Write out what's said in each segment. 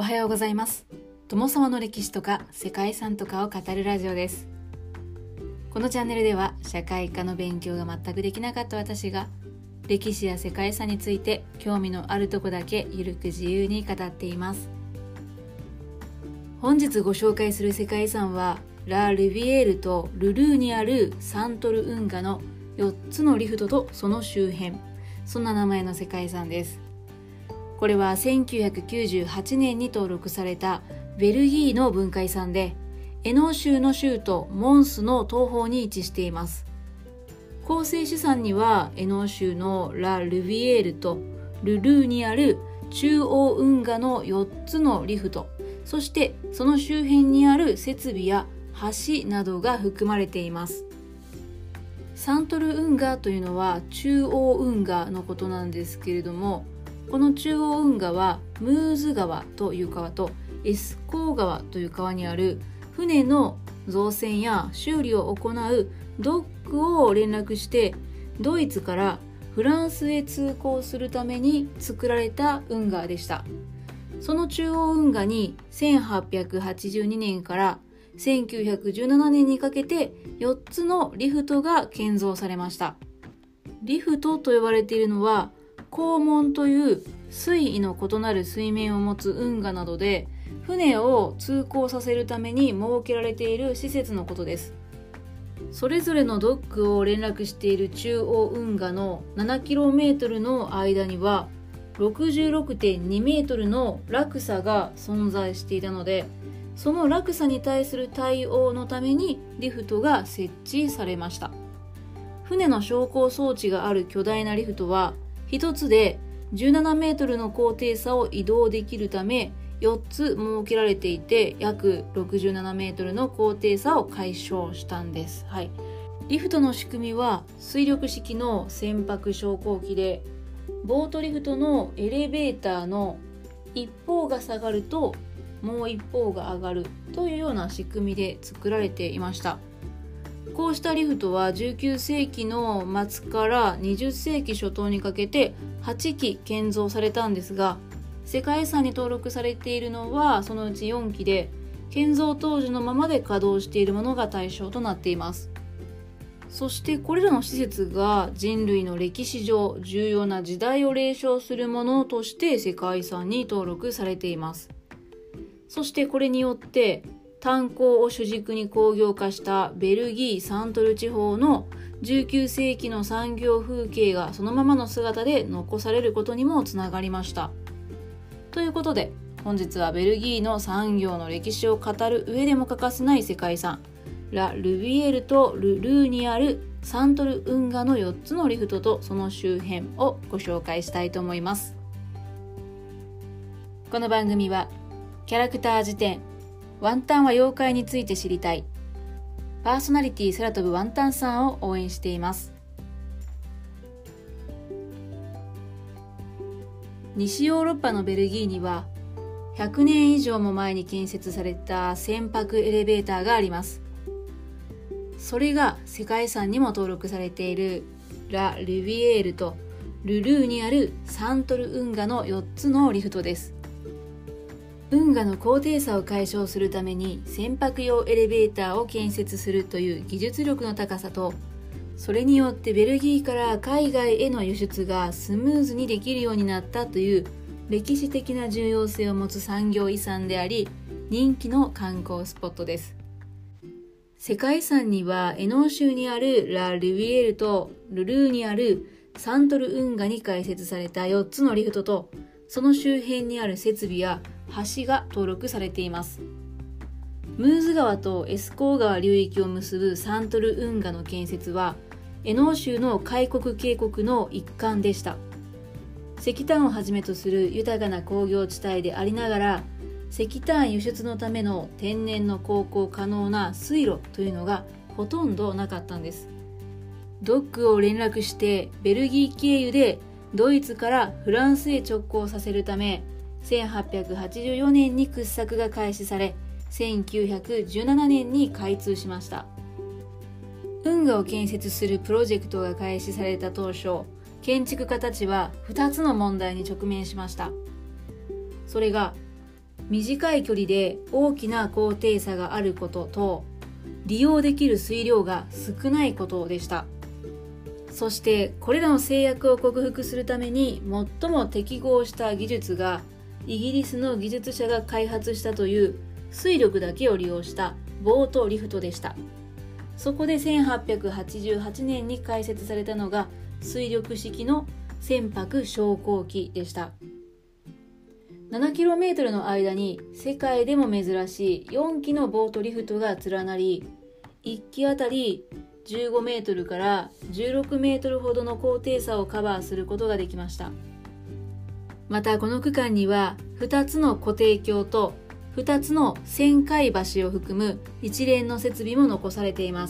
はようございます。友沢の歴史とか世界遺産とかを語るラジオです。このチャンネルでは社会科の勉強が全くできなかった私が歴史や世界遺産について興味のあるとこだけゆるく自由に語っています。本日ご紹介する世界遺産はラ・リビエールとルルーにあるサントル運河の4つのリフトとその周辺、そんな名前の世界遺産です。これは1998年に登録されたベルギーの文化遺産で、エノー州の州都モンスの東方に位置しています。構成資産にはエノー州のラ・リビエールとルルーにある中央運河の4つのリフト、そしてその周辺にある設備や橋などが含まれています。サントル運河というのは中央運河のことなんですけれども、この中央運河はムーズ川という川とエスコー川という川にある船の造船や修理を行うドックを連絡してドイツからフランスへ通行するために作られた運河でした。その中央運河に1882年から1917年にかけて4つのリフトが建造されました。リフトと呼ばれているのは溝門という水位の異なる水面を持つ運河などで船を通行させるために設けられている施設のことです。それぞれのドックを連絡している中央運河の 7km の間には 66.2 メートルの落差が存在していたので、その落差に対する対応のためにリフトが設置されました。船の昇降装置がある巨大なリフトは一つで17メートルの高低差を移動できるため4つ設けられていて、約67メートルの高低差を解消したんです。リフトの仕組みは水力式の船舶昇降機で、ボートリフトのエレベーターの一方が下がるともう一方が上がるというような仕組みで作られていました。こうしたリフトは19世紀の末から20世紀初頭にかけて8基建造されたんですが、世界遺産に登録されているのはそのうち4基で、建造当時のままで稼働しているものが対象となっています。そしてこれらの施設が人類の歴史上重要な時代を例唱するものとして世界遺産に登録されています。そしてこれによって炭鉱を主軸に工業化したベルギーサントル地方の19世紀の産業風景がそのままの姿で残されることにもつながりました。ということで本日はベルギーの産業の歴史を語る上でも欠かせない世界遺産ラ・リビエールとルルーにあるサントル運河の4つのリフトとその周辺をご紹介したいと思います。この番組はキャラクター辞典ワンタンは妖怪について知りたい、パーソナリティ空飛ぶワンタンさんを応援しています。西ヨーロッパのベルギーには100年以上も前に建設された船舶エレベーターがあります。それが世界遺産にも登録されているラ・リビエールとルルーにあるサントル運河の4つのリフトです。運河の高低差を解消するために船舶用エレベーターを建設するという技術力の高さと、それによってベルギーから海外への輸出がスムーズにできるようになったという歴史的な重要性を持つ産業遺産であり、人気の観光スポットです。世界遺産にはエノー州にあるラ・リビエールとルルーにあるサントル運河に開設された4つのリフトとその周辺にある設備や橋が登録されています。ムーズ川とエスコー川流域を結ぶサントル運河の建設はエノー州の開国渓谷の一環でした。石炭をはじめとする豊かな工業地帯でありながら、石炭輸出のための天然の航行可能な水路というのがほとんどなかったんです。ドックを連絡してベルギー経由でドイツからフランスへ直行させるため、1884年に掘削が開始され、1917年に開通しました。運河を建設するプロジェクトが開始された当初、建築家たちは2つの問題に直面しました。それが短い距離で大きな高低差があることと、利用できる水量が少ないことでした。そしてこれらの制約を克服するために最も適合した技術が、イギリスの技術者が開発したという水力だけを利用したボートリフトでした。そこで1888年に開設されたのが水力式の船舶昇降機でした。7km の間に世界でも珍しい4機のボートリフトが連なり、1機あたり15メートルから16メートルほどの高低差をカバーすることができました。またこの区間には2つの固定橋と2つの旋回橋を含む一連の設備も残されています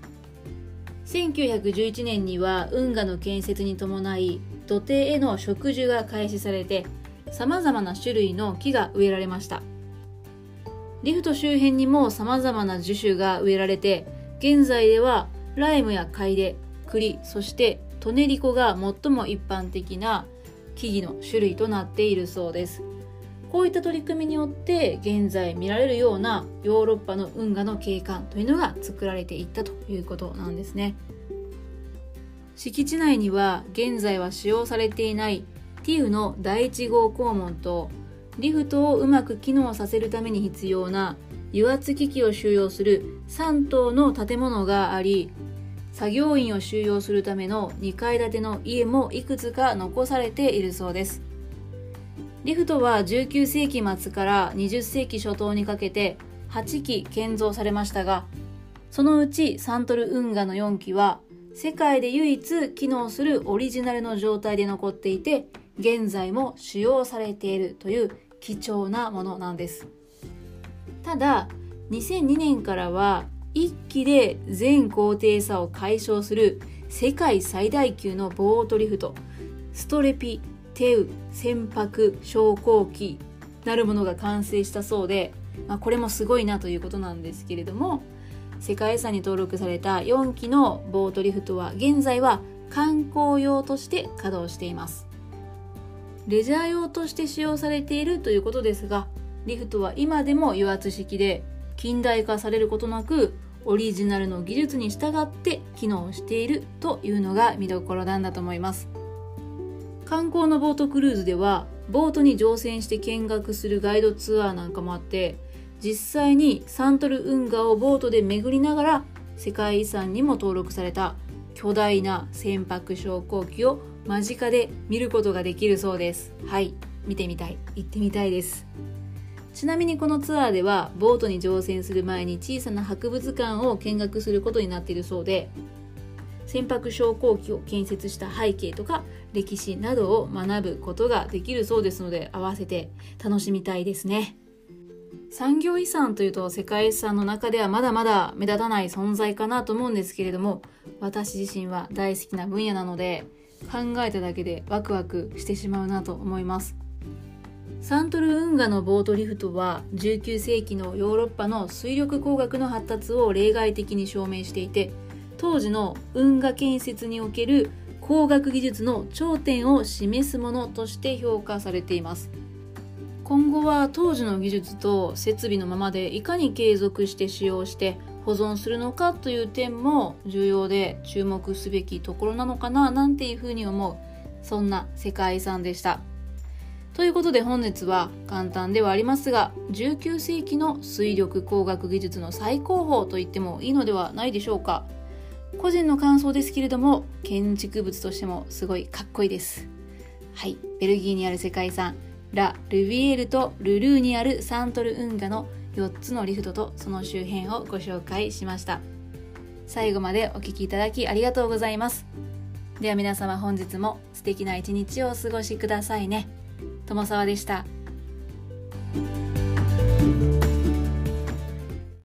。1911年には運河の建設に伴い土手への植樹が開始されて、様々な種類の木が植えられました。リフト周辺にも様々な樹種が植えられて、現在ではライムやカイデ、栗、そしてトネリコが最も一般的な木々の種類となっているそうです。こういった取り組みによって現在見られるようなヨーロッパの運河の景観というのが作られていったということなんですね。敷地内には現在は使用されていないティウの第1号肛門と、リフトをうまく機能させるために必要な油圧機器を収容する3棟の建物があり、作業員を収容するための2階建ての家もいくつか残されているそうです。リフトは19世紀末から20世紀初頭にかけて8機建造されましたが、そのうちサントル運河の4機は世界で唯一機能するオリジナルの状態で残っていて、現在も使用されているという貴重なものなんです。ただ2002年からは1機で全高低差を解消する世界最大級のボートリフト、ストレピテウ船舶昇降機なるものが完成したそうで、これもすごいなということなんですけれども、世界遺産に登録された4機のボートリフトは現在は観光用として稼働しています。レジャー用として使用されているということですが、リフトは今でも油圧式で近代化されることなく、オリジナルの技術に従って機能しているというのが見どころなんだと思います。観光のボートクルーズではボートに乗船して見学するガイドツアーなんかもあって、実際にサントル運河をボートで巡りながら世界遺産にも登録された巨大な船舶昇降機を間近で見ることができるそうです。はい、見てみたい、行ってみたいです。ちなみにこのツアーではボートに乗船する前に小さな博物館を見学することになっているそうで、船舶昇降機を建設した背景とか歴史などを学ぶことができるそうですので、合わせて楽しみたいですね。産業遺産というと世界遺産の中ではまだまだ目立たない存在かなと思うんですけれども、私自身は大好きな分野なので考えただけでワクワクしてしまうなと思います。サントル運河のボートリフトは19世紀のヨーロッパの水力工学の発達を例外的に証明していて、当時の運河建設における工学技術の頂点を示すものとして評価されています。今後は当時の技術と設備のままでいかに継続して使用して保存するのかという点も重要で注目すべきところなのかななんていうふうに思う、そんな世界遺産でした。ということで本日は簡単ではありますが、19世紀の水力工学技術の最高峰と言ってもいいのではないでしょうか。個人の感想ですけれども、建築物としてもすごいかっこいいです。はい、ベルギーにある世界遺産ラ・ルビエールとルルーにあるサントル運河の4つのリフトとその周辺をご紹介しました。最後までお聞きいただきありがとうございます。では皆様、本日も素敵な一日をお過ごしくださいね。友沢でした。